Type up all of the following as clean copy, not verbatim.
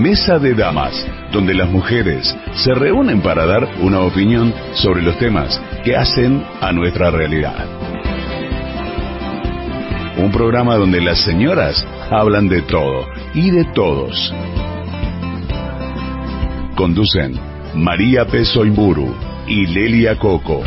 Mesa de Damas, donde las mujeres se reúnen para dar una opinión sobre los temas que hacen a nuestra realidad. Un programa donde las señoras hablan de todo y de todos. Conducen María Pesoimburu y Lelia Coco.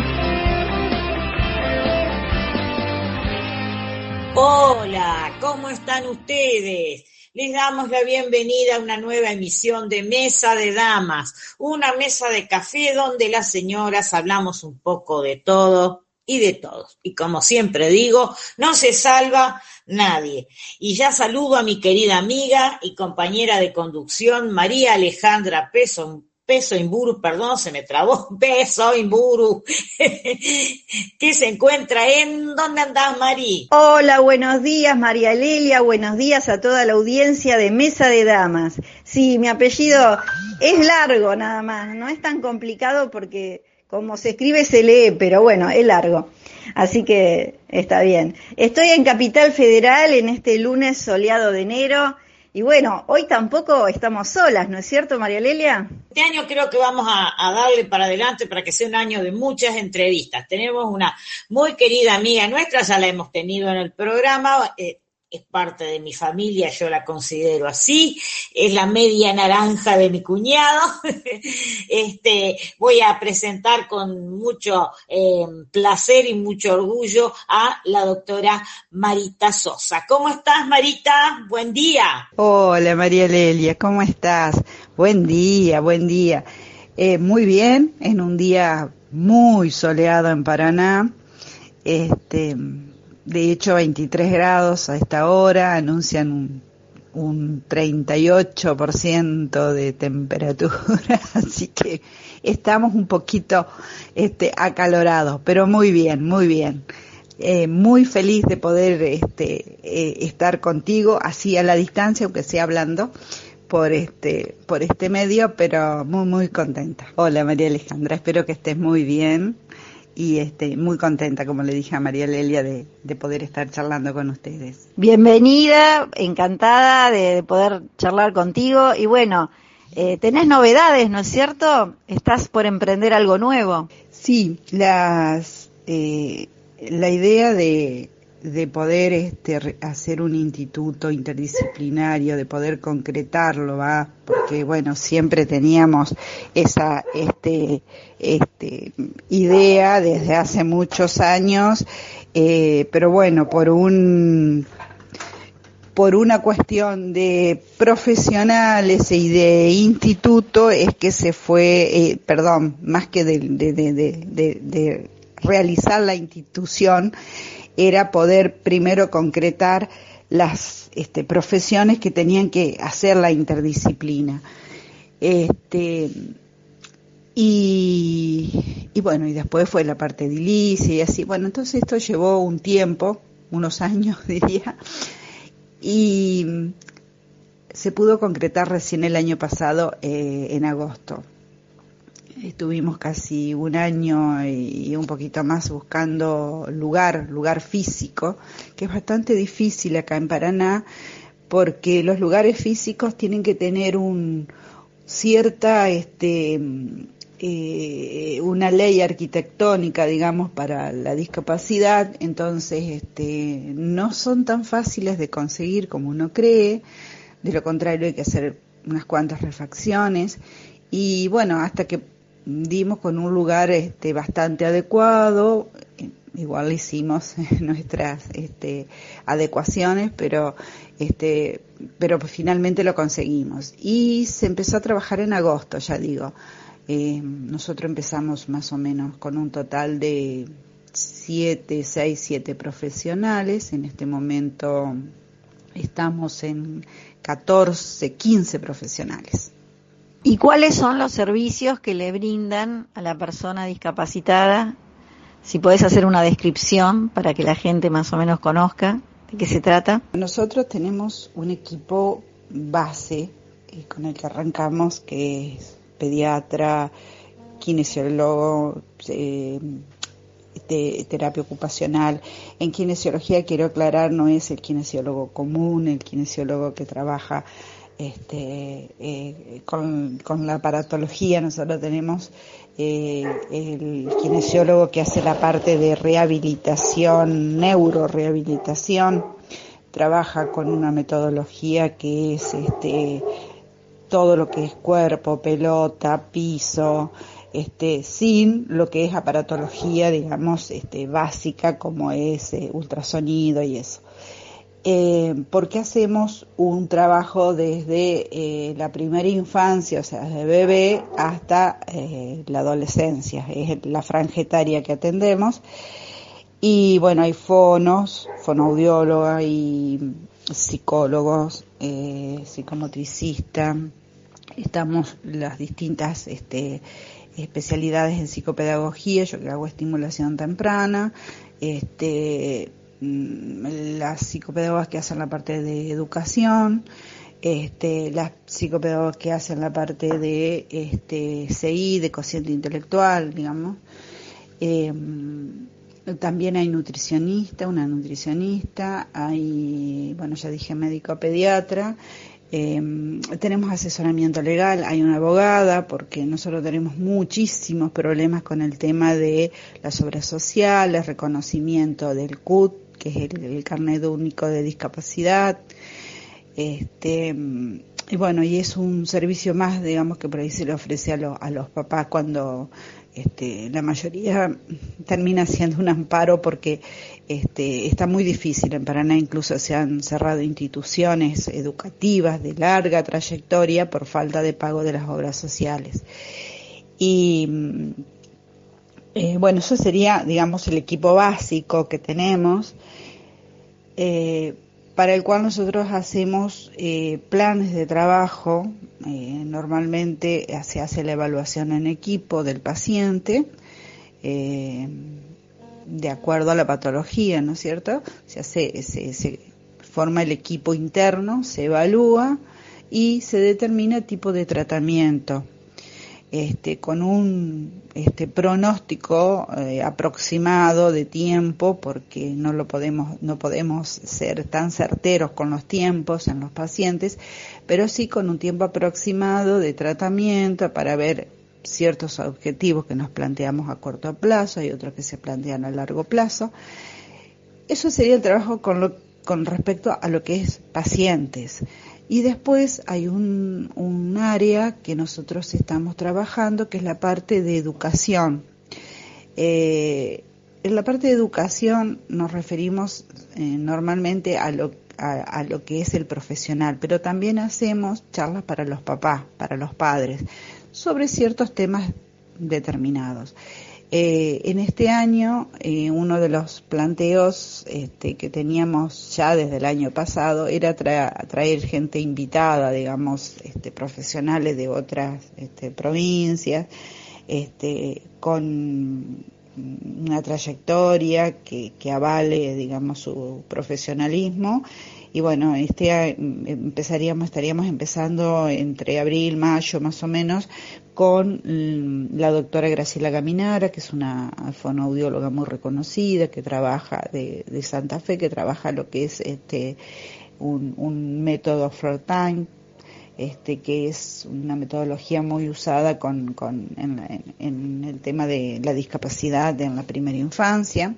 Hola, ¿cómo están ustedes? Les damos la bienvenida a una nueva emisión de Mesa de Damas, una mesa de café donde las señoras hablamos un poco de todo y de todos. Y como siempre digo, no se salva nadie. Y ya saludo a mi querida amiga y compañera de conducción, María Alejandra Pesoimburu, perdón, se me trabó, Pesoimburu, que se encuentra en... ¿Dónde andás, Mari? Hola, buenos días, María Lelia, buenos días a toda la audiencia de Mesa de Damas. Sí, mi apellido es largo nada más, no es tan complicado porque como se escribe se lee, pero bueno, es largo, así que está bien. Estoy en Capital Federal en este lunes soleado de enero. Y bueno, hoy tampoco estamos solas, ¿no es cierto, María Lelia? Este año creo que vamos a darle para adelante para que sea un año de muchas entrevistas. Tenemos una muy querida amiga nuestra, ya la hemos tenido en el programa, es parte de mi familia, yo la considero así, es la media naranja de mi cuñado. Voy a presentar con mucho placer y mucho orgullo a la doctora Marita Sosa. ¿Cómo estás, Marita? Buen día. Hola, María Lelia, ¿cómo estás? Buen día, buen día. Muy bien, en un día muy soleado en Paraná. De hecho, 23 grados a esta hora, anuncian un 38% de temperatura, así que estamos un poquito acalorados, pero muy bien, muy bien. Muy feliz de poder estar contigo así a la distancia, aunque sea hablando por este medio, pero muy muy contenta. Hola, María Alejandra, espero que estés muy bien y muy contenta, como le dije a María Lelia, de poder estar charlando con ustedes. Bienvenida, encantada de poder charlar contigo y bueno, tenés novedades, ¿no es cierto? Estás por emprender algo nuevo. Sí, la idea de poder hacer un instituto interdisciplinario, de poder concretarlo, porque bueno, siempre teníamos esa idea desde hace muchos años, pero bueno, por una cuestión de profesionales y de instituto es que se fue, más que de realizar la institución, era poder primero concretar las profesiones que tenían que hacer la interdisciplina. Y bueno, y después fue la parte edilicia y así. Bueno, entonces esto llevó un tiempo, unos años diría, y se pudo concretar recién el año pasado, en agosto. Estuvimos casi un año y un poquito más buscando lugar físico, que es bastante difícil acá en Paraná, porque los lugares físicos tienen que tener cierta una ley arquitectónica, digamos, para la discapacidad, entonces no son tan fáciles de conseguir como uno cree, de lo contrario hay que hacer unas cuantas refacciones, y bueno, hasta que dimos con un lugar bastante adecuado, igual hicimos nuestras adecuaciones, pero finalmente lo conseguimos y se empezó a trabajar en agosto, ya digo. Nosotros empezamos más o menos con un total de 7 profesionales. En este momento estamos en 15 profesionales. ¿Y cuáles son los servicios que le brindan a la persona discapacitada? Si podés hacer una descripción para que la gente más o menos conozca de qué se trata. Nosotros tenemos un equipo base con el que arrancamos, que es pediatra, kinesiólogo, terapia ocupacional. En kinesiología, quiero aclarar, no es el kinesiólogo común, el kinesiólogo que trabaja con la aparatología. Nosotros tenemos el kinesiólogo que hace la parte de rehabilitación, neurorehabilitación, trabaja con una metodología que es todo lo que es cuerpo, pelota, piso, sin lo que es aparatología, digamos, básica, como es ultrasonido y eso. Porque hacemos un trabajo desde la primera infancia, o sea, desde bebé hasta la adolescencia, es la franja etaria que atendemos. Y bueno, hay fonoaudióloga y psicólogos, psicomotricistas, estamos las distintas especialidades en psicopedagogía, yo que hago estimulación temprana, las psicopedagogas que hacen la parte de educación, las psicopedagogas que hacen la parte de CI, de cociente intelectual, digamos. También hay una nutricionista, hay, bueno, ya dije médico pediatra, tenemos asesoramiento legal, hay una abogada, porque nosotros tenemos muchísimos problemas con el tema de las obras sociales, reconocimiento del CUT, que es el carnet único de discapacidad, y bueno, y es un servicio más, digamos, que por ahí se le ofrece a los papás cuando la mayoría termina siendo un amparo, porque está muy difícil en Paraná. Incluso se han cerrado instituciones educativas de larga trayectoria por falta de pago de las obras sociales. Y bueno, eso sería, digamos, el equipo básico que tenemos, para el cual nosotros hacemos planes de trabajo. Normalmente se hace la evaluación en equipo del paciente, de acuerdo a la patología, ¿no es cierto? Se forma el equipo interno, se evalúa y se determina el tipo de tratamiento, con un pronóstico aproximado de tiempo, porque no podemos ser tan certeros con los tiempos en los pacientes, pero sí con un tiempo aproximado de tratamiento para ver ciertos objetivos que nos planteamos a corto plazo y otros que se plantean a largo plazo. Eso sería el trabajo con respecto a lo que es pacientes. Y después hay un área que nosotros estamos trabajando, que es la parte de educación. En la parte de educación nos referimos normalmente a lo que es el profesional, pero también hacemos charlas para los papás, para los padres, sobre ciertos temas determinados. En este año, uno de los planteos que teníamos ya desde el año pasado era traer gente invitada, digamos, profesionales de otras provincias, con una trayectoria que avale, digamos, su profesionalismo. Y bueno, estaríamos empezando entre abril, mayo más o menos, con la doctora Graciela Gaminara, que es una fonoaudióloga muy reconocida, que trabaja de Santa Fe, que trabaja lo que es un método Floor-Time, que es una metodología muy usada en el tema de la discapacidad en la primera infancia,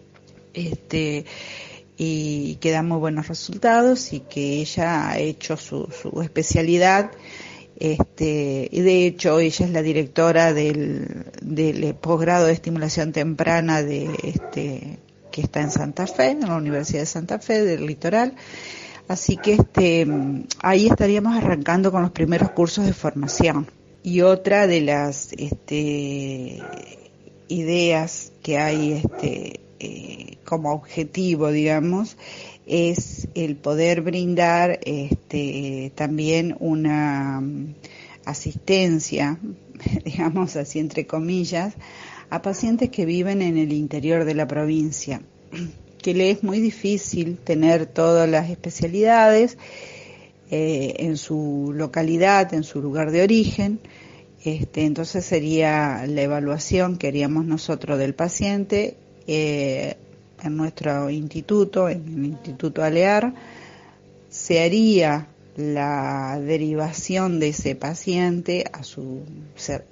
y que da muy buenos resultados, y que ella ha hecho su especialidad, y de hecho ella es la directora del posgrado de estimulación temprana que está en Santa Fe, en la Universidad de Santa Fe del Litoral. Así que ahí estaríamos arrancando con los primeros cursos de formación. Y otra de las ideas que hay como objetivo, digamos, es el poder brindar también una asistencia, digamos así entre comillas, a pacientes que viven en el interior de la provincia, que le es muy difícil tener todas las especialidades en su localidad, en su lugar de origen. Entonces sería la evaluación que haríamos nosotros del paciente en nuestro instituto, en el Instituto Alear. Se haría la derivación de ese paciente a su ser.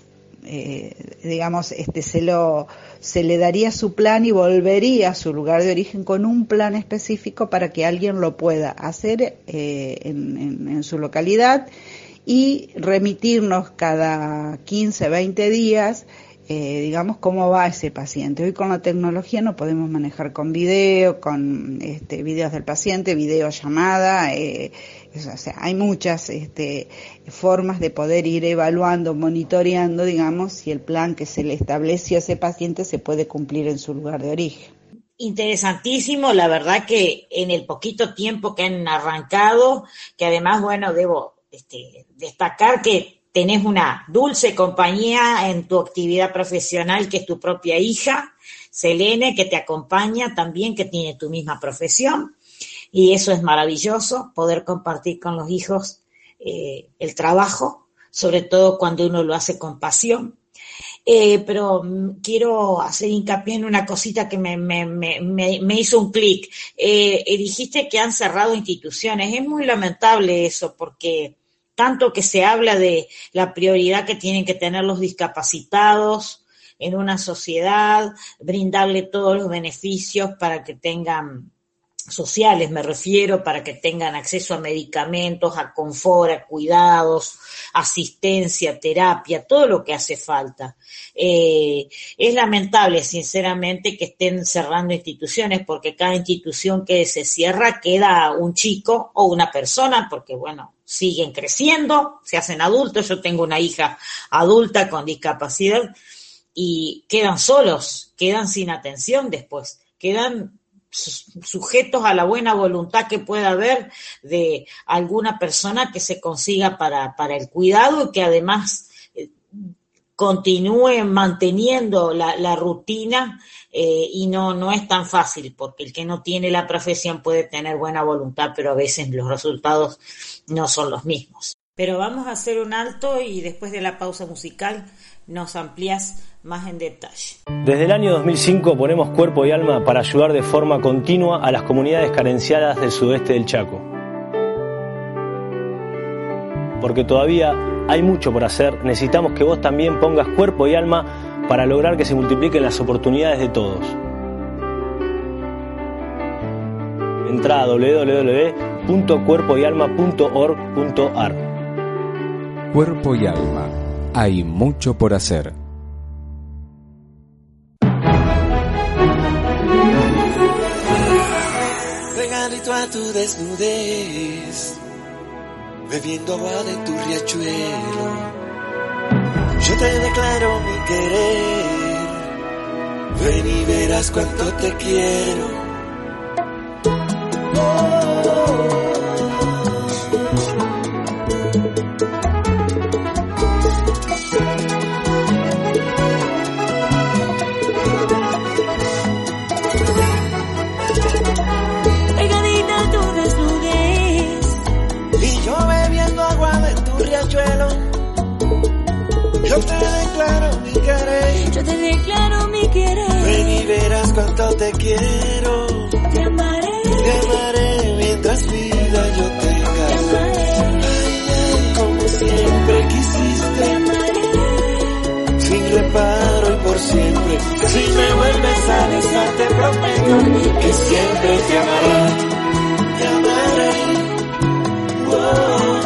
Digamos, se le daría su plan y volvería a su lugar de origen con un plan específico para que alguien lo pueda hacer en su localidad y remitirnos cada 15, 20 días, digamos, cómo va ese paciente. Hoy con la tecnología no podemos manejar con video, con videos del paciente, videollamada, o sea, hay muchas formas de poder ir evaluando, monitoreando, digamos, si el plan que se le estableció a ese paciente se puede cumplir en su lugar de origen. Interesantísimo, la verdad que en el poquito tiempo que han arrancado, que además, bueno, debo destacar que tenés una dulce compañía en tu actividad profesional, que es tu propia hija, Selene, que te acompaña también, que tiene tu misma profesión. Y eso es maravilloso, poder compartir con los hijos el trabajo, sobre todo cuando uno lo hace con pasión. Pero quiero hacer hincapié en una cosita que me hizo un clic. Dijiste que han cerrado instituciones. Es muy lamentable eso, porque tanto que se habla de la prioridad que tienen que tener los discapacitados en una sociedad, brindarle todos los beneficios para que tengan sociales, me refiero, para que tengan acceso a medicamentos, a confort, a cuidados, asistencia, terapia, todo lo que hace falta. Es lamentable, sinceramente, que estén cerrando instituciones, porque cada institución que se cierra queda un chico o una persona, porque bueno, siguen creciendo, se hacen adultos. Yo tengo una hija adulta con discapacidad y quedan solos, quedan sin atención después, quedan sujetos a la buena voluntad que pueda haber de alguna persona que se consiga para el cuidado y que además continúe manteniendo la rutina, y no es tan fácil, porque el que no tiene la profesión puede tener buena voluntad, pero a veces los resultados no son los mismos. Pero vamos a hacer un alto y después de la pausa musical nos amplías más en detalle. Desde el año 2005 ponemos cuerpo y alma para ayudar de forma continua a las comunidades carenciadas del sudeste del Chaco. Porque todavía hay mucho por hacer, necesitamos que vos también pongas cuerpo y alma para lograr que se multipliquen las oportunidades de todos. Entrá a www.cuerpoyalma.org.ar. Cuerpo y alma, hay mucho por hacer. Pegadito a tu desnudez, bebiendo agua de tu riachuelo, yo te declaro mi querer, ven y verás cuánto te quiero. Yo te declaro mi querer, yo te declaro mi querer, ven y verás cuánto te quiero, te amaré mientras vida yo tenga, te amaré, ay, como siempre quisiste, te amaré, sin reparo y por siempre, si me vuelves a besar te prometo que siempre te amaré, oh.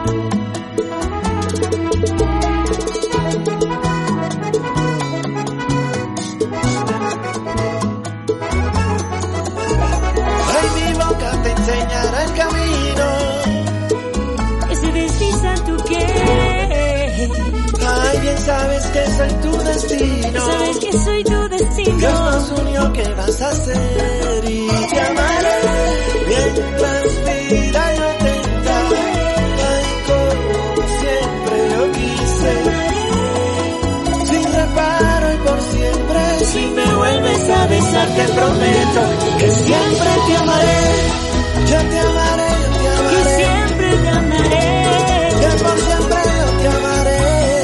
Enseñará el camino que se desliza tu querer. Ay, bien sabes que soy tu destino, sabes que soy tu destino. Dios nos unió, ¿qué vas a hacer? Y te amaré mientras vida yo tenga. Ay, como siempre lo quise, sin reparo y por siempre. Si me vuelves a besar te prometo que siempre te amaré. Yo te amaré, que siempre te amaré, que por siempre yo te amaré.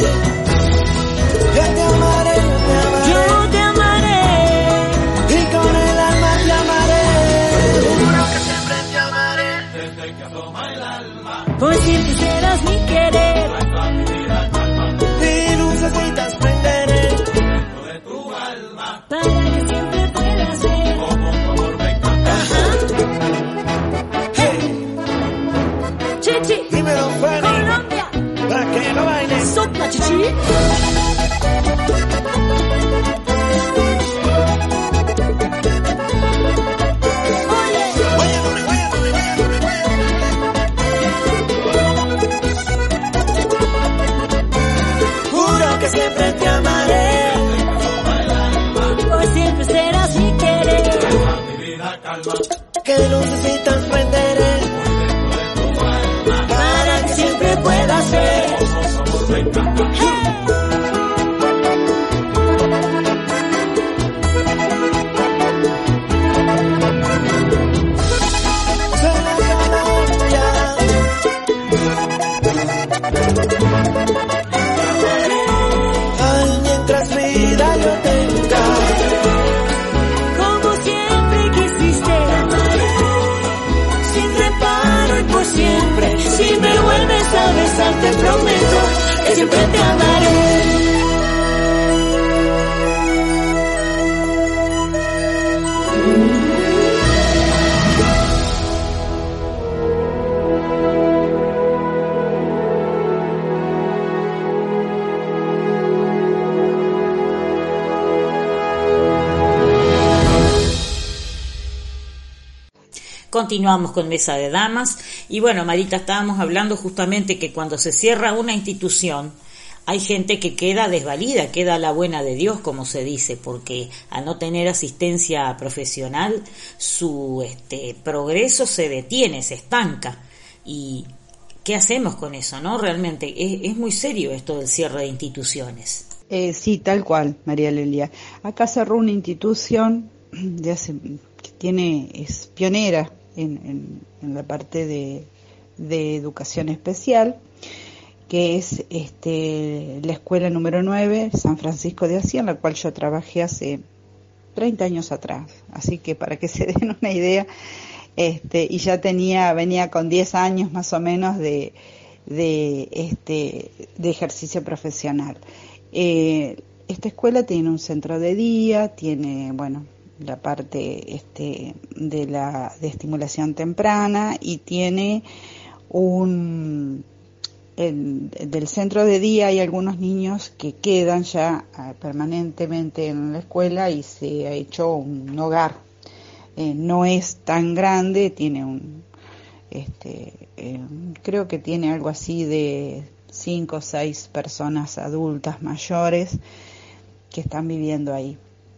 Yo te amaré, yo te amaré, y con el alma te amaré. Juro que siempre te amaré. Por siempre serás mi querer. Y lucecitas prenderé Para que siempre pueda ser. Chichi, dímelo, Fanny, Colombia, para que lo bailes. sopla chichi. Juro que siempre te amaré. Por siempre serás mi querer. Que lucecitas prenderé Para que siempre pueda ser. Ay, mientras vida yo tenga. Como siempre quisiste. Sin reparo y por siempre. Si me vuelves a besar te prometo que siempre te amaré. Continuamos con Mesa de Damas y bueno, Marita, estábamos hablando justamente que cuando se cierra una institución hay gente que queda desvalida, queda a la buena de Dios, como se dice, porque al no tener asistencia profesional su progreso se detiene, se estanca. ¿Y qué hacemos con eso, no? Realmente es muy serio esto del cierre de instituciones. Sí, tal cual, María Lelia. Acá cerró una institución es pionera en la parte de educación especial, que es la escuela número 9, San Francisco de Asís, en la cual yo trabajé hace 30 años atrás. Así que para que se den una idea, y ya venía con 10 años más o menos de ejercicio profesional. Esta escuela tiene un centro de día, tiene, bueno, la parte de estimulación temprana y tiene del centro de día hay algunos niños que quedan ya permanentemente en la escuela y se ha hecho un hogar. No es tan grande, tiene creo que tiene algo así de 5 o 6 personas adultas mayores que están viviendo ahí.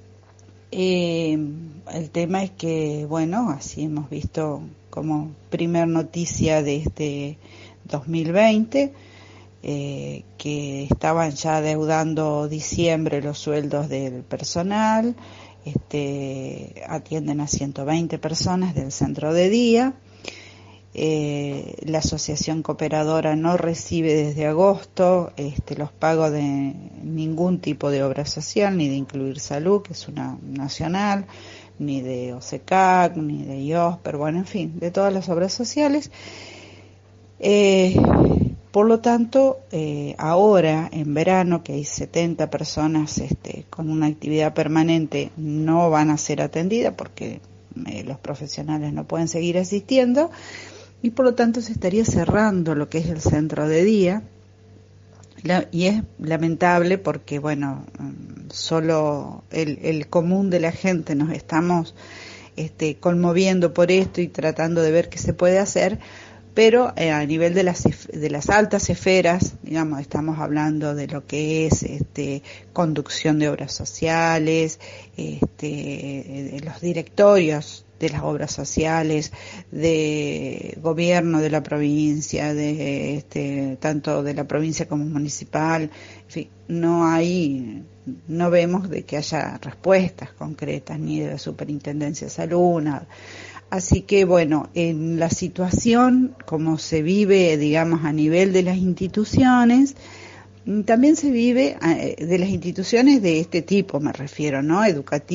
El tema es que, bueno, así hemos visto como primer noticia de este 2020, que estaban ya adeudando diciembre los sueldos del personal, atienden a 120 personas del centro de día. La asociación cooperadora no recibe desde agosto los pagos de ningún tipo de obra social, ni de Incluir Salud, que es una nacional, ni de OSECAC, ni de IOSPER, bueno, en fin, de todas las obras sociales. Por lo tanto, ahora en verano, que hay 70 personas con una actividad permanente, no van a ser atendidas porque los profesionales no pueden seguir asistiendo, y por lo tanto se estaría cerrando lo que es el centro de día, y es lamentable porque, bueno, solo el común de la gente nos estamos conmoviendo por esto y tratando de ver qué se puede hacer, pero a nivel de las altas esferas, digamos, estamos hablando de lo que es conducción de obras sociales, de los directorios de las obras sociales, de gobierno de la provincia, tanto de la provincia como municipal, en fin, no vemos de que haya respuestas concretas, ni de la Superintendencia de Salud, nada. Así que, bueno, en la situación como se vive, digamos, a nivel de las instituciones, también se vive de las instituciones de este tipo, me refiero, ¿no?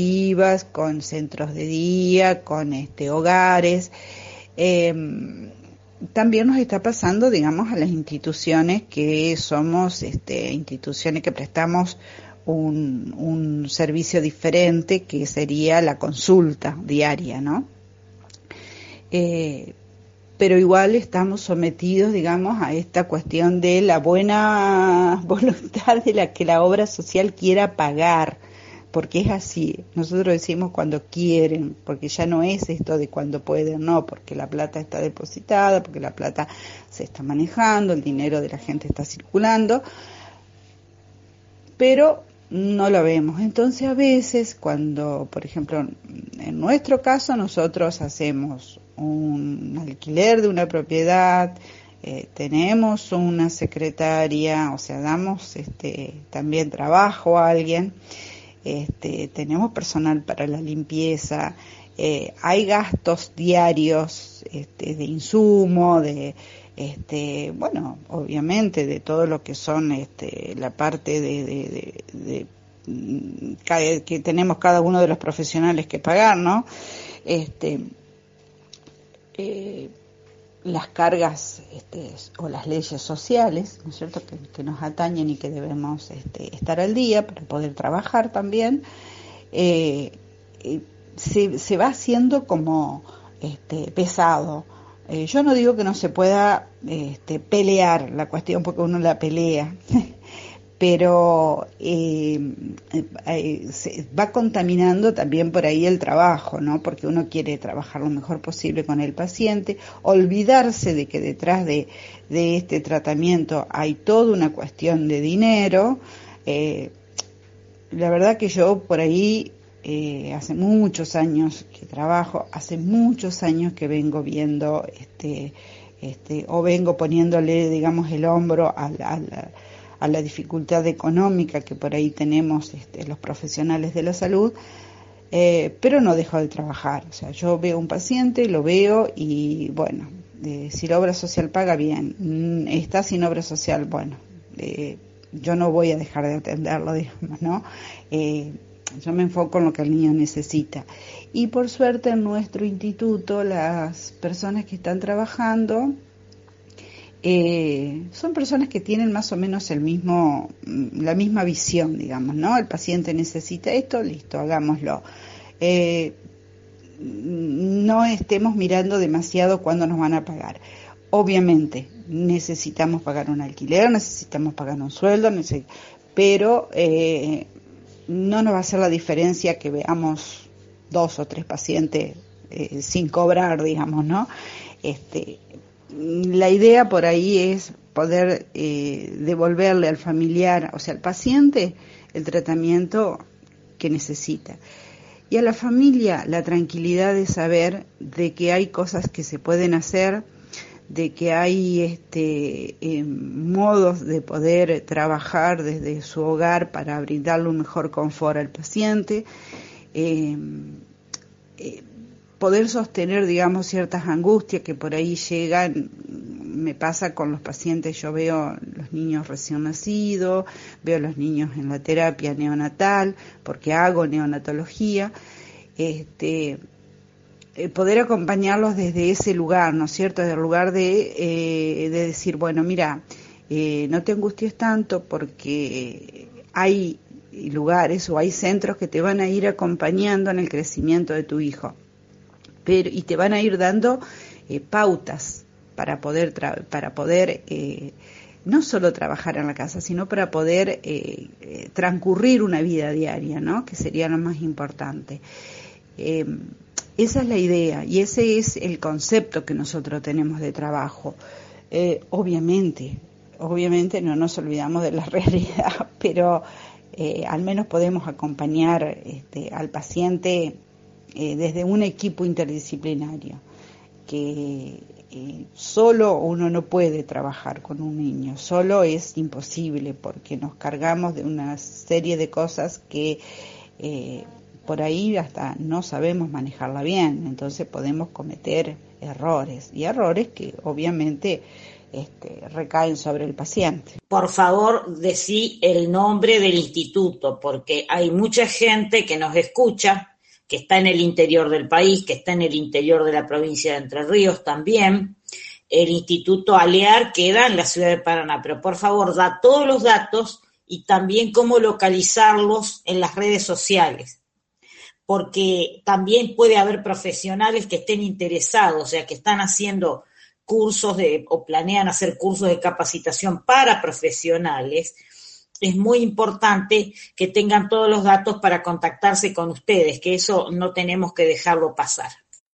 Educativas, con centros de día, con hogares. también nos está pasando, digamos, a las instituciones que somos instituciones que prestamos un servicio diferente, que sería la consulta diaria, ¿no? Pero igual estamos sometidos, digamos, a esta cuestión de la buena voluntad de la que la obra social quiera pagar, porque es así. Nosotros decimos cuando quieren, porque ya no es esto de cuando pueden, no, porque la plata está depositada, porque la plata se está manejando, el dinero de la gente está circulando, pero no lo vemos. Entonces a veces cuando, por ejemplo, en nuestro caso nosotros hacemos un alquiler de una propiedad, tenemos una secretaria, o sea, damos también trabajo a alguien, tenemos personal para la limpieza, hay gastos diarios de insumo, bueno, obviamente de todo lo que son la parte que tenemos cada uno de los profesionales que pagar, ¿no? Las cargas o las leyes sociales, ¿no es cierto?, que nos atañen y que debemos estar al día para poder trabajar también, se va haciendo como pesado. Yo no digo que no se pueda pelear la cuestión, porque uno la pelea, pero se va contaminando también por ahí el trabajo, ¿no? Porque uno quiere trabajar lo mejor posible con el paciente, olvidarse de que detrás de este tratamiento hay toda una cuestión de dinero. La verdad que yo por ahí hace muchos años que trabajo, hace muchos años que vengo viendo o vengo poniéndole, digamos, el hombro a la dificultad económica que por ahí tenemos los profesionales de la salud, pero no dejo de trabajar. O sea, yo veo un paciente, lo veo y bueno, si la obra social paga, bien. Está sin obra social, bueno, yo no voy a dejar de atenderlo, digamos, ¿no? Yo me enfoco en lo que el niño necesita. Y por suerte en nuestro instituto las personas que están trabajando son personas que tienen más o menos la misma visión, digamos, ¿no? El paciente necesita esto, listo, hagámoslo. No estemos mirando demasiado cuándo nos van a pagar. Obviamente necesitamos pagar un alquiler, necesitamos pagar un sueldo, pero no nos va a hacer la diferencia que veamos 2 o 3 pacientes sin cobrar, digamos, ¿no? La idea por ahí es poder devolverle al familiar, o sea, al paciente, el tratamiento que necesita. Y a la familia la tranquilidad de saber de que hay cosas que se pueden hacer, de que hay modos de poder trabajar desde su hogar para brindarle un mejor confort al paciente, poder sostener, digamos, ciertas angustias que por ahí llegan. Me pasa con los pacientes, yo veo los niños recién nacidos, veo los niños en la terapia neonatal, porque hago neonatología, poder acompañarlos desde ese lugar, ¿no es cierto?, desde el lugar de decir, bueno, mira, no te angusties tanto porque hay lugares o hay centros que te van a ir acompañando en el crecimiento de tu hijo, y te van a ir dando pautas para poder no solo trabajar en la casa, sino para poder transcurrir una vida diaria, ¿no?, que sería lo más importante. Esa es la idea y ese es el concepto que nosotros tenemos de trabajo. Obviamente no nos olvidamos de la realidad, pero al menos podemos acompañar al paciente desde un equipo interdisciplinario, que solo uno no puede trabajar con un niño, solo es imposible porque nos cargamos de una serie de cosas que por ahí hasta no sabemos manejarla bien, entonces podemos cometer errores, y errores que obviamente recaen sobre el paciente. Por favor, decí el nombre del instituto, porque hay mucha gente que nos escucha, que está en el interior del país, que está en el interior de la provincia de Entre Ríos también, el Instituto Alear queda en la ciudad de Paraná, pero por favor da todos los datos y también cómo localizarlos en las redes sociales, porque también puede haber profesionales que estén interesados, o sea, que están haciendo cursos o planean hacer cursos de capacitación para profesionales. Es muy importante que tengan todos los datos para contactarse con ustedes, que eso no tenemos que dejarlo pasar.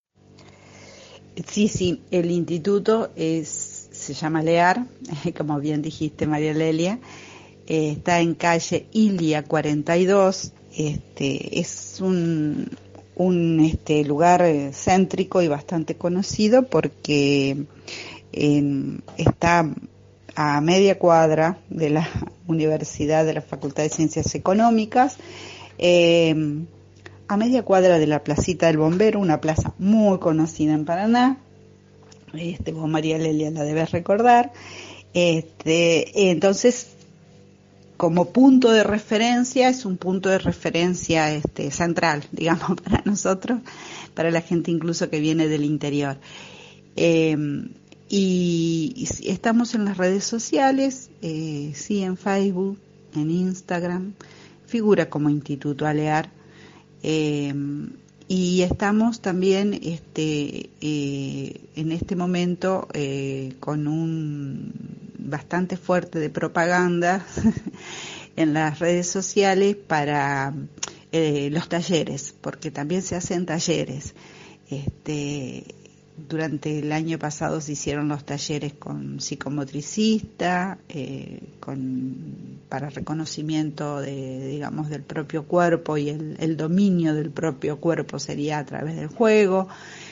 Sí, el instituto se llama LEAR, como bien dijiste, María Lelia, está en calle Ilia 42, es un lugar céntrico y bastante conocido porque está a media cuadra de la Universidad de la Facultad de Ciencias Económicas, a media cuadra de la Placita del Bombero, una plaza muy conocida en Paraná, vos María Lelia la debes recordar, entonces como punto de referencia, es un punto de referencia central, digamos, para nosotros, para la gente incluso que viene del interior. Y estamos en las redes sociales, sí, en Facebook, en Instagram, figura como Instituto Alear, y estamos también en este momento con un bastante fuerte de propaganda en las redes sociales para los talleres, porque también se hacen talleres. Durante el año pasado se hicieron los talleres con psicomotricista, para reconocimiento del propio cuerpo y el dominio del propio cuerpo sería a través del juego.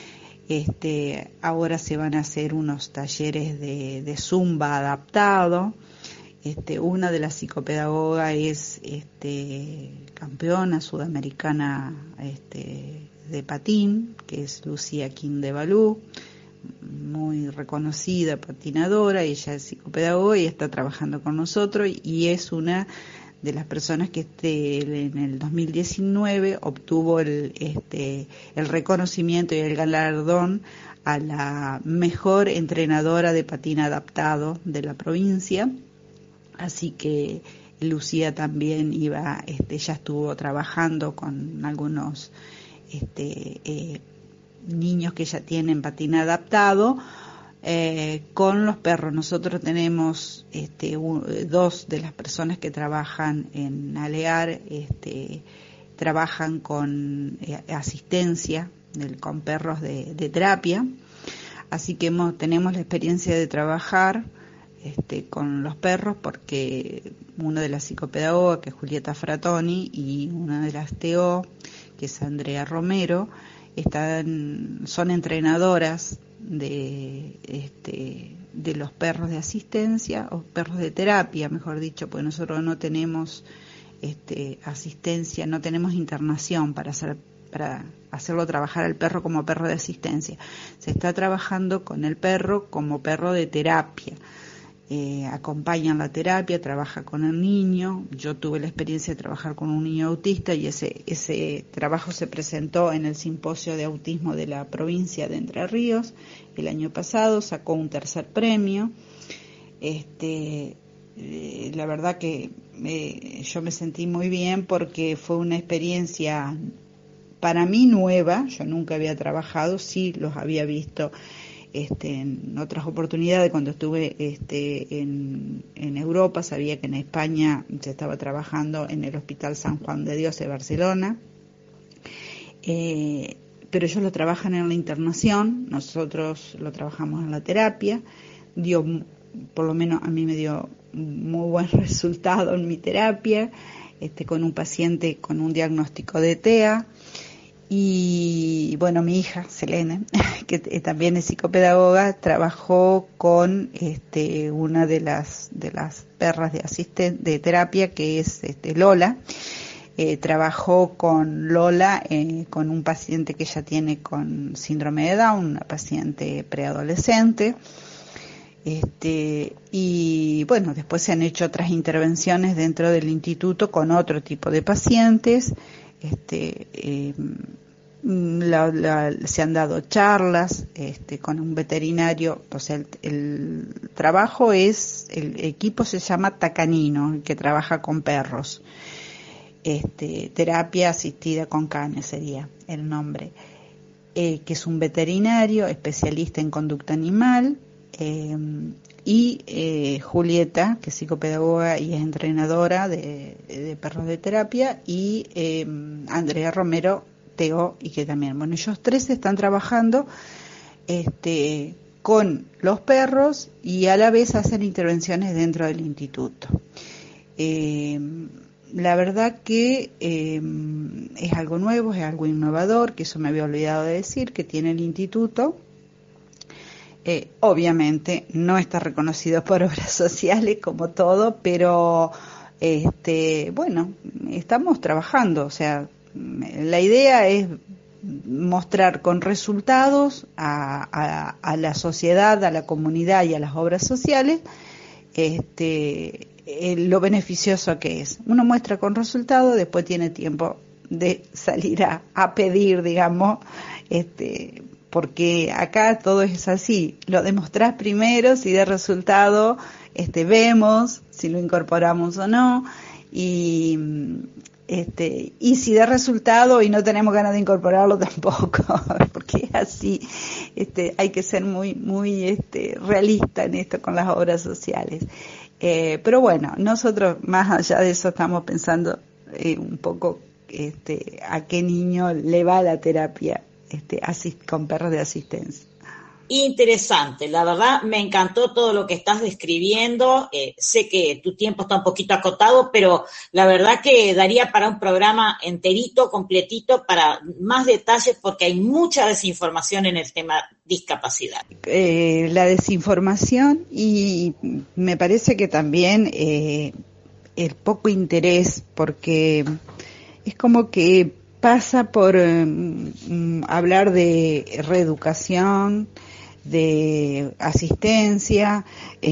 Ahora se van a hacer unos talleres de zumba adaptado. Una de las psicopedagogas es campeona sudamericana de patín, que es Lucía Quindebalú, muy reconocida patinadora. Ella es psicopedagoga y está trabajando con nosotros y es una de las personas que en el 2019 obtuvo el reconocimiento y el galardón a la mejor entrenadora de patín adaptado de la provincia. Así que Lucía también ya estuvo trabajando con algunos niños que ya tienen patín adaptado, con los perros. Nosotros tenemos dos de las personas que trabajan en Alear, trabajan con asistencia con perros de terapia, así que tenemos la experiencia de trabajar con los perros, porque una de las psicopedagogas, que es Julieta Fratoni, y una de las TO, que es Andrea Romero, son entrenadoras de los perros de asistencia, o perros de terapia, mejor dicho, porque nosotros no tenemos asistencia, no tenemos internación para hacerlo trabajar al perro como perro de asistencia. Se está trabajando con el perro como perro de terapia. Acompañan la terapia, trabaja con el niño. Yo tuve la experiencia de trabajar con un niño autista y ese trabajo se presentó en el simposio de autismo de la provincia de Entre Ríos el año pasado, sacó un 3er premio. La verdad que yo me sentí muy bien porque fue una experiencia para mí nueva. Yo nunca había trabajado, sí los había visto en otras oportunidades cuando estuve en Europa. Sabía que en España se estaba trabajando en el Hospital San Juan de Dios de Barcelona, pero ellos lo trabajan en la internación, nosotros lo trabajamos en la terapia. Por lo menos a mí me dio muy buen resultado en mi terapia, con un paciente con un diagnóstico de TEA. Y bueno, mi hija, Selene, que también es psicopedagoga, trabajó con una de las perras de terapia, que es Lola. Trabajó con Lola, con un paciente que ella tiene con síndrome de Down, una paciente preadolescente. Y bueno, después se han hecho otras intervenciones dentro del instituto con otro tipo de pacientes. se han dado charlas con un veterinario. O sea, el trabajo el equipo se llama Tacanino, el que trabaja con perros. Terapia asistida con canes sería el nombre, que es un veterinario especialista en conducta animal, y Julieta, que es psicopedagoga y es entrenadora de perros de terapia, y Andrea Romero Teo, y que también, bueno, ellos tres están trabajando con los perros y a la vez hacen intervenciones dentro del instituto. La verdad que es algo nuevo, es algo innovador, que eso me había olvidado de decir, que tiene el instituto. Obviamente no está reconocido por obras sociales como todo, pero bueno, estamos trabajando. O sea, la idea es mostrar con resultados a la sociedad, a la comunidad y a las obras sociales lo beneficioso que es. Uno muestra con resultados, después tiene tiempo de salir a pedir, digamos, porque acá todo es así, lo demostrás primero, si da resultado, vemos si lo incorporamos o no, y si da resultado y no tenemos ganas de incorporarlo tampoco, porque es así, hay que ser muy realista en esto con las obras sociales. Pero bueno, nosotros más allá de eso estamos pensando un poco a qué niño le va la terapia con perros de asistencia. Interesante, la verdad me encantó todo lo que estás describiendo. Sé que tu tiempo está un poquito acotado, pero la verdad que daría para un programa enterito, completito, para más detalles, porque hay mucha desinformación en el tema discapacidad. La desinformación, y me parece que también el poco interés, porque es como que pasa por hablar de reeducación, de asistencia,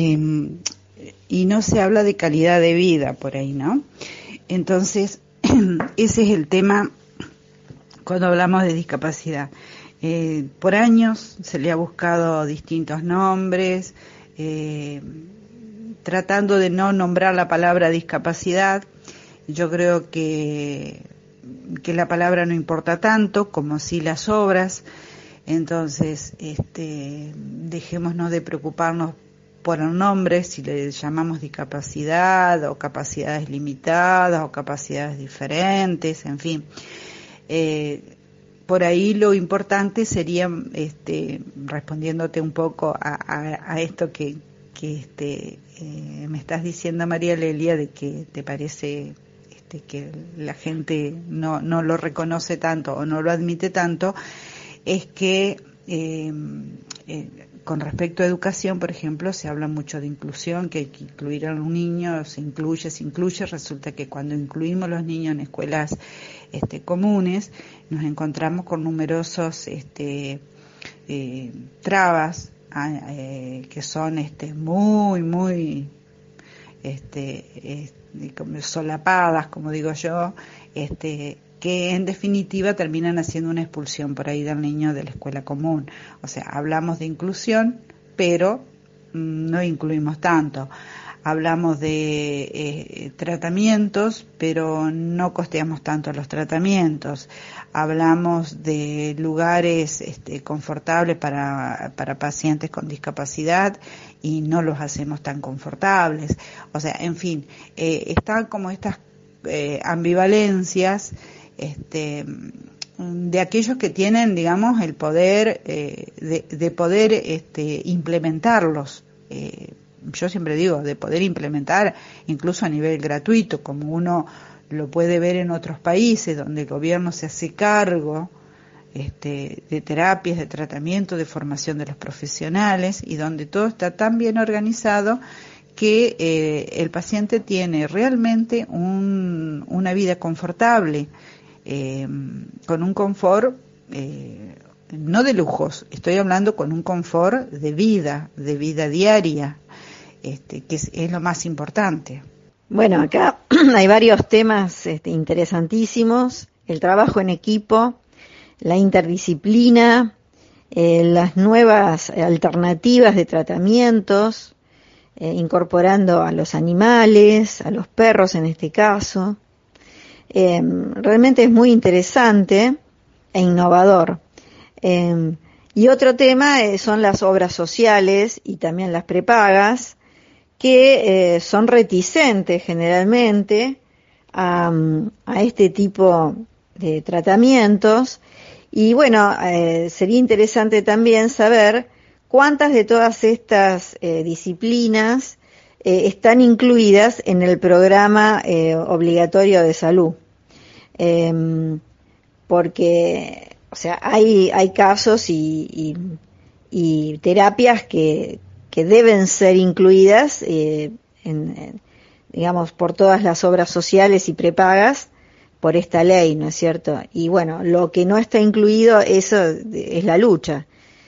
y no se habla de calidad de vida por ahí, ¿no? Entonces, ese es el tema cuando hablamos de discapacidad. Por años se le ha buscado distintos nombres, tratando de no nombrar la palabra discapacidad. Yo creo que la palabra no importa tanto como sí las obras. Entonces, dejémonos de preocuparnos por el nombre, si le llamamos discapacidad o capacidades limitadas o capacidades diferentes, en fin. Por ahí lo importante sería, respondiéndote un poco a esto que me estás diciendo, María Lelia, de que te parece que la gente no lo reconoce tanto o no lo admite tanto, es que con respecto a educación, por ejemplo, se habla mucho de inclusión, que hay que incluir a los niños, se incluye, resulta que cuando incluimos a los niños en escuelas comunes, nos encontramos con numerosos trabas que son muy solapadas, como digo yo, que en definitiva terminan haciendo una expulsión por ahí del niño de la escuela común. O sea, hablamos de inclusión, pero no incluimos tanto. Hablamos de tratamientos, pero no costeamos tanto los tratamientos. Hablamos de lugares confortables para pacientes con discapacidad y no los hacemos tan confortables. O sea, en fin, están como estas ambivalencias de aquellos que tienen, digamos, el poder de poder implementarlos. Yo siempre digo, de poder implementar incluso a nivel gratuito, como uno lo puede ver en otros países, donde el gobierno se hace cargo de terapias, de tratamiento, de formación de los profesionales, y donde todo está tan bien organizado que el paciente tiene realmente una vida confortable, con un confort, no de lujos, estoy hablando con un confort de vida diaria, que es lo más importante. Bueno, acá hay varios temas interesantísimos. El trabajo en equipo, la interdisciplina, las nuevas alternativas de tratamientos, incorporando a los animales, a los perros en este caso. Realmente es muy interesante e innovador. Y otro tema son las obras sociales y también las prepagas, que son reticentes generalmente a este tipo de tratamientos. Y bueno, sería interesante también saber cuántas de todas estas disciplinas están incluidas en el programa obligatorio de salud. Porque, o sea, hay casos y terapias que deben ser incluidas, digamos, por todas las obras sociales y prepagas, por esta ley, ¿no es cierto? Y bueno, lo que no está incluido, eso es la lucha.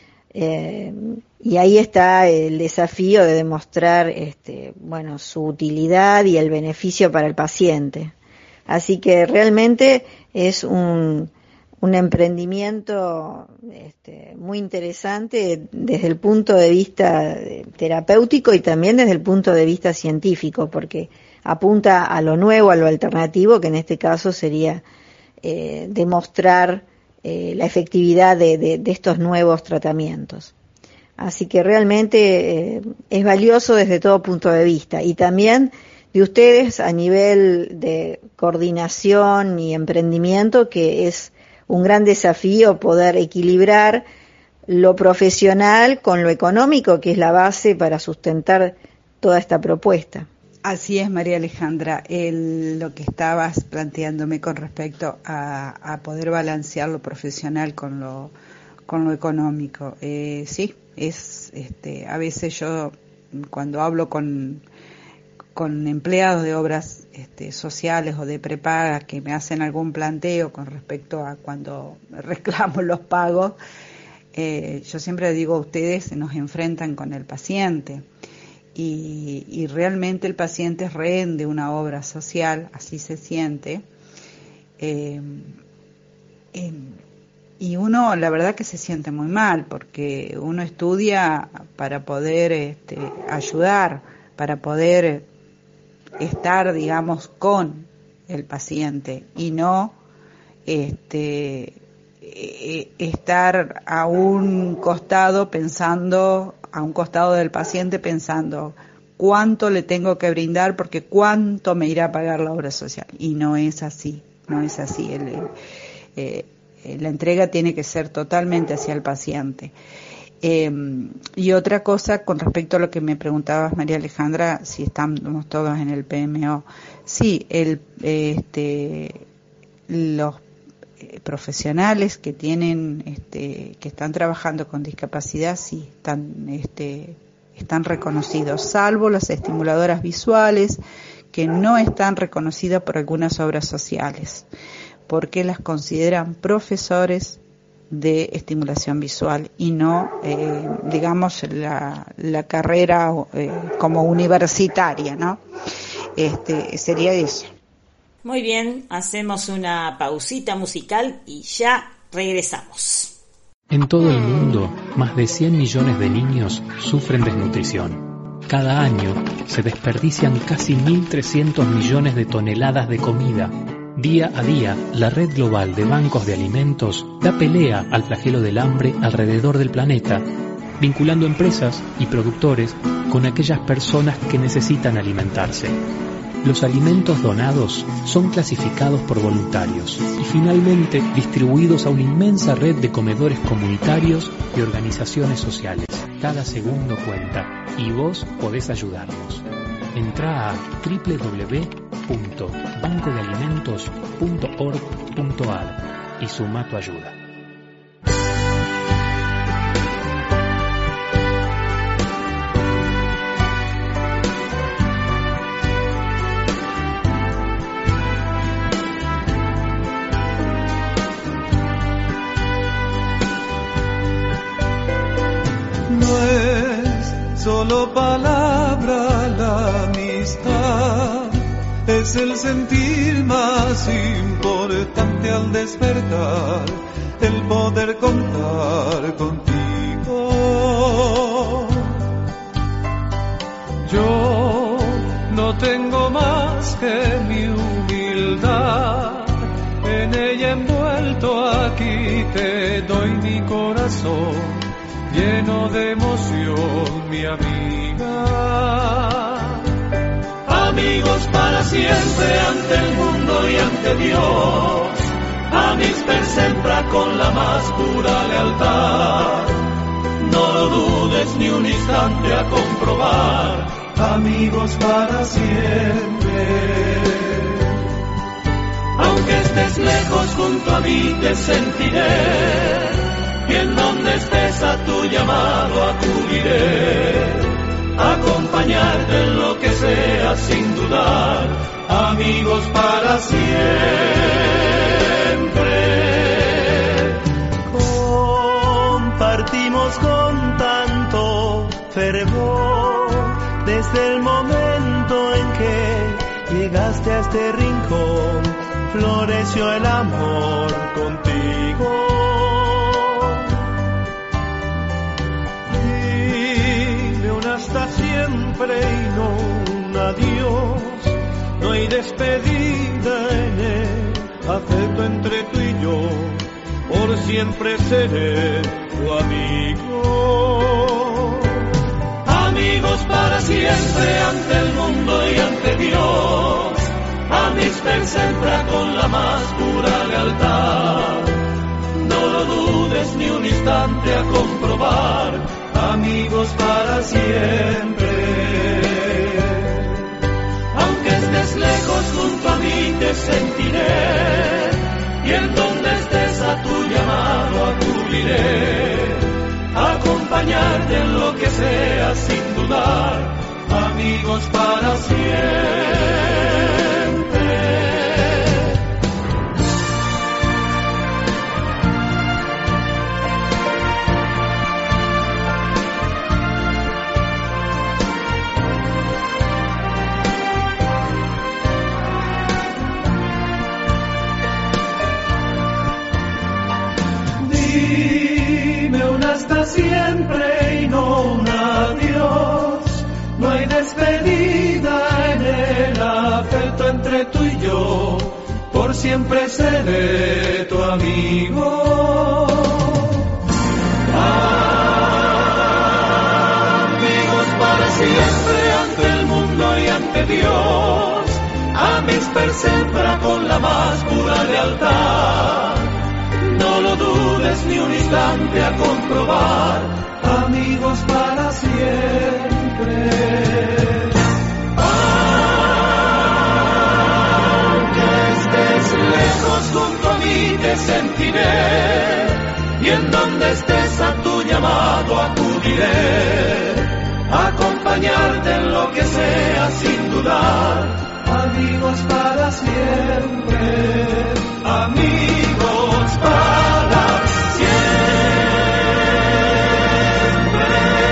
Y ahí está el desafío de demostrar, bueno, su utilidad y el beneficio para el paciente. Así que realmente es un emprendimiento muy interesante desde el punto de vista terapéutico y también desde el punto de vista científico, porque apunta a lo nuevo, a lo alternativo, que en este caso sería demostrar la efectividad de estos nuevos tratamientos. Así que realmente es valioso desde todo punto de vista, y también de ustedes a nivel de coordinación y emprendimiento, que es un gran desafío poder equilibrar lo profesional con lo económico, que es la base para sustentar toda esta propuesta. Así es, María Alejandra, lo que estabas planteándome con respecto a poder balancear lo profesional con lo económico. Sí, es a veces yo cuando hablo con empleados de obras sociales o de prepaga que me hacen algún planteo con respecto a cuando reclamo los pagos, yo siempre digo, ustedes nos enfrentan con el paciente. Y realmente el paciente es rehén de una obra social, así se siente, y uno la verdad que se siente muy mal, porque uno estudia para poder ayudar, para poder estar, digamos, con el paciente y no estar a un costado del paciente pensando cuánto le tengo que brindar, porque cuánto me irá a pagar la obra social. Y no es así. La entrega tiene que ser totalmente hacia el paciente. Y otra cosa con respecto a lo que me preguntabas, María Alejandra, si estamos todos en el PMO. Sí, los profesionales que tienen que están trabajando con discapacidad sí están reconocidos, salvo las estimuladoras visuales, que no están reconocidas por algunas obras sociales, porque las consideran profesores de estimulación visual y no, digamos, la carrera como universitaria, ¿no? Sería eso. Muy bien, hacemos una pausita musical y ya regresamos. En todo el mundo, más de 100 millones de niños sufren desnutrición. Cada año se desperdician casi 1.300 millones de toneladas de comida. Día a día, la Red Global de Bancos de Alimentos da pelea al flagelo del hambre alrededor del planeta, vinculando empresas y productores con aquellas personas que necesitan alimentarse. Los alimentos donados son clasificados por voluntarios y finalmente distribuidos a una inmensa red de comedores comunitarios y organizaciones sociales. Cada segundo cuenta y vos podés ayudarnos. Entrá a www.bancodealimentos.org.ar y suma tu ayuda. Solo palabra la amistad, es el sentir más importante al despertar, el poder contar contigo. Yo no tengo más que mi humildad, en ella envuelto aquí te doy mi corazón, lleno de emoción, mi amiga. Amigos para siempre ante el mundo y ante Dios, amics per sempre con la más pura lealtad. No lo dudes ni un instante a comprobar, amigos para siempre. Aunque estés lejos junto a mí te sentiré, y en donde estés a tu llamado acudiré. Acompañarte en lo que sea sin dudar, amigos para siempre. Compartimos con tanto fervor desde el momento en que llegaste a este rincón, floreció el amor contigo. Hasta siempre y no un adiós, no hay despedida en el afecto entre tú y yo, por siempre seré tu amigo. Amigos para siempre ante el mundo y ante Dios, amics per sempre con la más pura lealtad. No lo dudes ni un instante a comprobar, amigos para siempre. Aunque estés lejos junto a mí te sentiré, y en donde estés a tu llamado acudiré. Acompañarte en lo que sea sin dudar, amigos para siempre. Dime un hasta siempre y no un adiós, no hay despedida en el afecto entre tú y yo, por siempre seré tu amigo. Amigos para siempre ante el mundo y ante Dios, amics per sempre con la más pura lealtad. No lo dudes ni un instante a comprobar, amigos para siempre. Aunque estés lejos junto a mí te sentiré, y en donde estés a tu llamado acudiré. Acompañarte en lo que sea sin dudar, amigos para siempre. Amigos para siempre.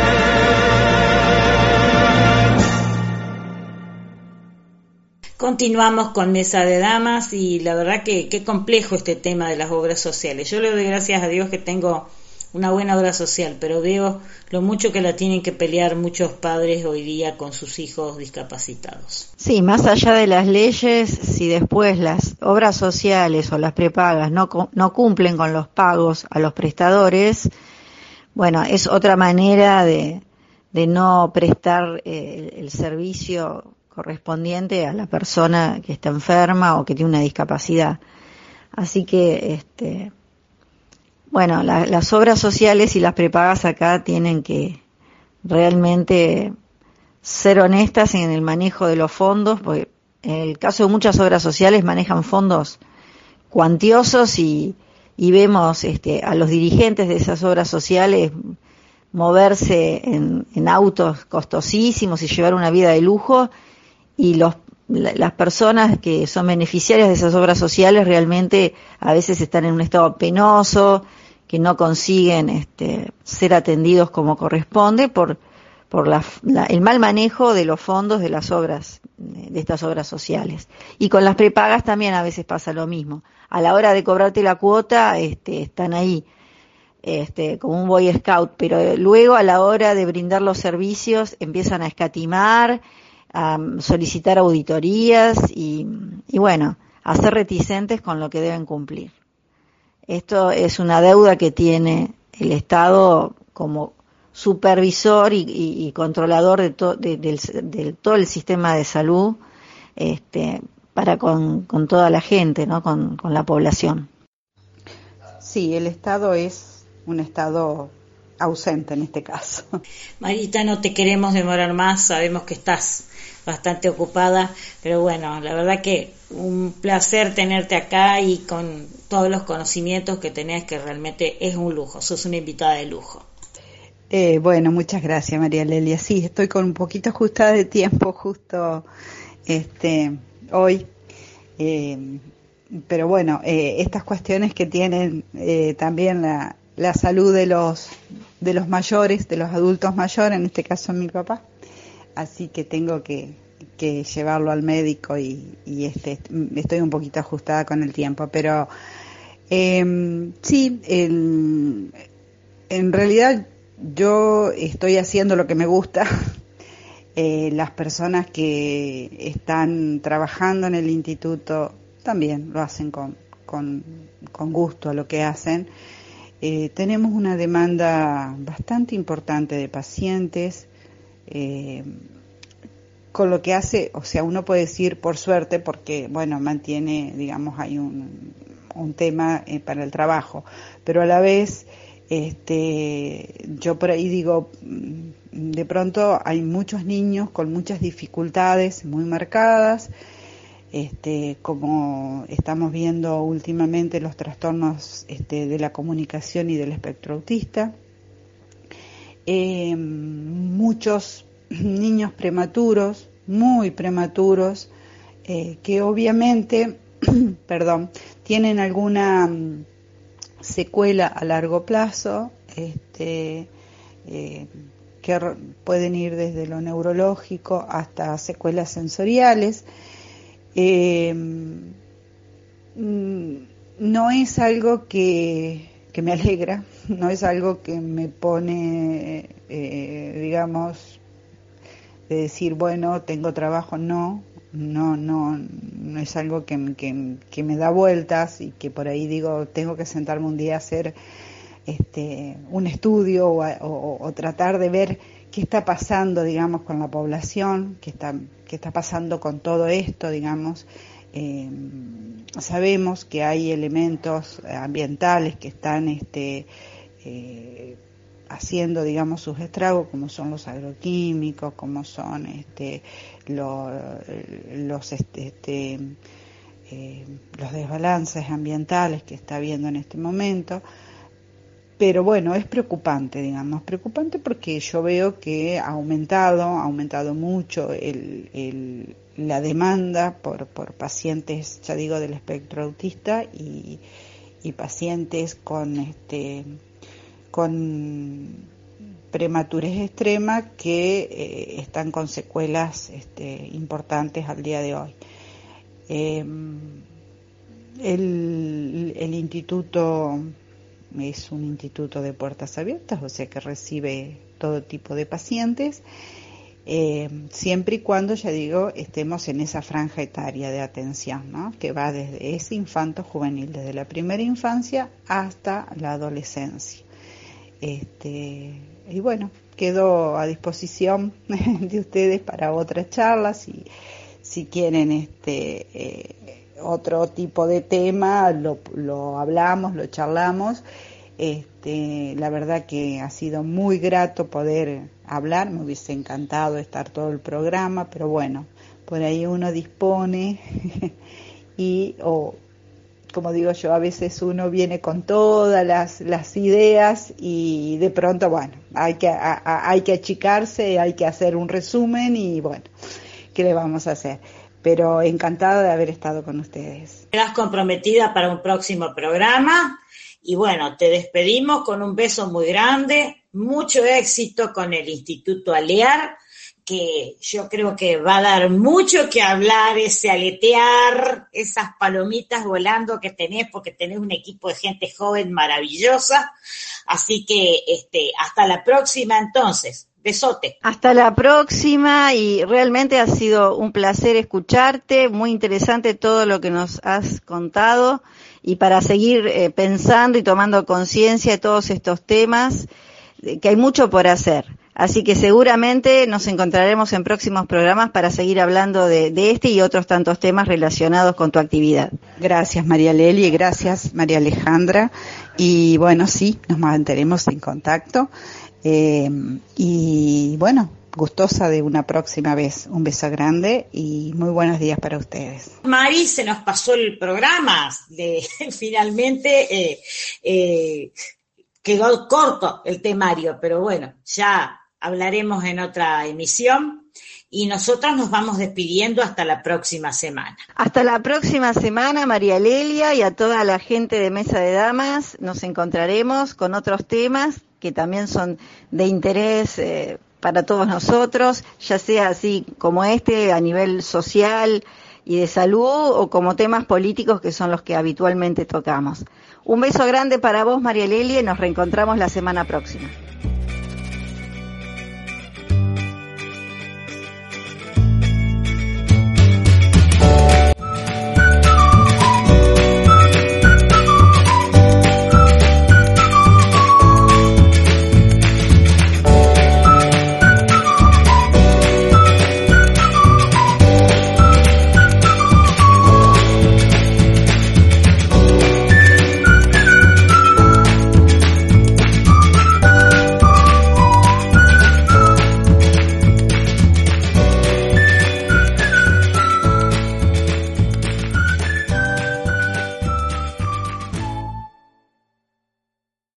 Continuamos con Mesa de Damas y la verdad que qué complejo este tema de las obras sociales. Yo le doy gracias a Dios que tengo una buena obra social, pero veo lo mucho que la tienen que pelear muchos padres hoy día con sus hijos discapacitados. Sí, más allá de las leyes, si después las obras sociales o las prepagas no cumplen con los pagos a los prestadores, bueno, es otra manera de no prestar el servicio correspondiente a la persona que está enferma o que tiene una discapacidad. Así que bueno, las obras sociales y las prepagas acá tienen que realmente ser honestas en el manejo de los fondos, porque en el caso de muchas obras sociales manejan fondos cuantiosos y vemos a los dirigentes de esas obras sociales moverse en autos costosísimos y llevar una vida de lujo, y las personas que son beneficiarias de esas obras sociales realmente a veces están en un estado penoso, que no consiguen ser atendidos como corresponde por por el mal manejo de los fondos de las obras, de estas obras sociales. Y con las prepagas también a veces pasa lo mismo. A la hora de cobrarte la cuota, están ahí, como un Boy Scout, pero luego a la hora de brindar los servicios empiezan a escatimar, a solicitar auditorías y bueno, a ser reticentes con lo que deben cumplir. Esto es una deuda que tiene el Estado como supervisor y controlador de todo el sistema de salud, para con toda la gente, ¿no? Con la población. Sí, el Estado es un Estado ausente en este caso. Marita, no te queremos demorar más, sabemos que estás bastante ocupada, pero bueno, la verdad que un placer tenerte acá y con todos los conocimientos que tenés, que realmente es un lujo, sos una invitada de lujo. Bueno, muchas gracias, María Lelia. Sí, estoy con un poquito ajustada de tiempo justo hoy, pero bueno, estas cuestiones que tienen también la salud de los mayores, de los adultos mayores, en este caso mi papá, así que tengo que llevarlo al médico y estoy un poquito ajustada con el tiempo, pero sí, en realidad yo estoy haciendo lo que me gusta. Las personas que están trabajando en el instituto también lo hacen con gusto a lo que hacen. Tenemos una demanda bastante importante de pacientes, con lo que hace, o sea, uno puede decir por suerte, porque bueno, mantiene, digamos, hay un tema para el trabajo, pero a la vez yo por ahí digo, de pronto hay muchos niños con muchas dificultades muy marcadas, como estamos viendo últimamente los trastornos de la comunicación y del espectro autista, muchos niños prematuros, muy prematuros, que obviamente, tienen alguna secuela a largo plazo, que pueden ir desde lo neurológico hasta secuelas sensoriales. No es algo que me alegra, no es algo que me pone, digamos, de decir, bueno, tengo trabajo, no es algo que me da vueltas y que por ahí digo, tengo que sentarme un día a hacer un estudio o tratar de ver qué está pasando, digamos, con la población, qué está pasando con todo esto, digamos. Sabemos que hay elementos ambientales que están haciendo, digamos, sus estragos, como son los agroquímicos, como son los desbalances ambientales que está habiendo en este momento. Pero bueno, es preocupante, digamos, preocupante porque yo veo que ha aumentado mucho la demanda por pacientes, ya digo, del espectro autista y pacientes con prematurez extrema que están con secuelas importantes al día de hoy. El instituto es un instituto de puertas abiertas, o sea que recibe todo tipo de pacientes, siempre y cuando, ya digo, estemos en esa franja etaria de atención, ¿no? Que va desde ese infanto juvenil, desde la primera infancia hasta la adolescencia. Y bueno, quedo a disposición de ustedes para otras charlas, si quieren otro tipo de tema, lo hablamos, lo charlamos. La verdad que ha sido muy grato poder hablar, me hubiese encantado estar todo el programa, pero bueno, por ahí uno dispone como digo yo, a veces uno viene con todas las ideas y de pronto, bueno, hay que achicarse, hay que hacer un resumen y bueno, ¿qué le vamos a hacer? Pero encantada de haber estado con ustedes. Quedas comprometida para un próximo programa y bueno, te despedimos con un beso muy grande mucho éxito con el Instituto Alear, que yo creo que va a dar mucho que hablar, ese aletear, esas palomitas volando que tenés, porque tenés un equipo de gente joven maravillosa. Así que hasta la próxima entonces. Besote. Hasta la próxima, y realmente ha sido un placer escucharte, muy interesante todo lo que nos has contado, y para seguir pensando y tomando conciencia de todos estos temas, que hay mucho por hacer. Así que seguramente nos encontraremos en próximos programas para seguir hablando de este y otros tantos temas relacionados con tu actividad. Gracias, María Lely, gracias, María Alejandra. Y bueno, sí, nos mantendremos en contacto. Y bueno, gustosa de una próxima vez. Un beso grande y muy buenos días para ustedes. Mari, se nos pasó el programa. Finalmente quedó corto el temario, pero bueno, ya hablaremos en otra emisión. Y nosotros nos vamos despidiendo hasta la próxima semana. Hasta la próxima semana, María Lelia, y a toda la gente de Mesa de Damas. Nos encontraremos con otros temas que también son de interés para todos nosotros, ya sea así como a nivel social y de salud, o como temas políticos que son los que habitualmente tocamos. Un beso grande para vos, María Lelia, y nos reencontramos la semana próxima.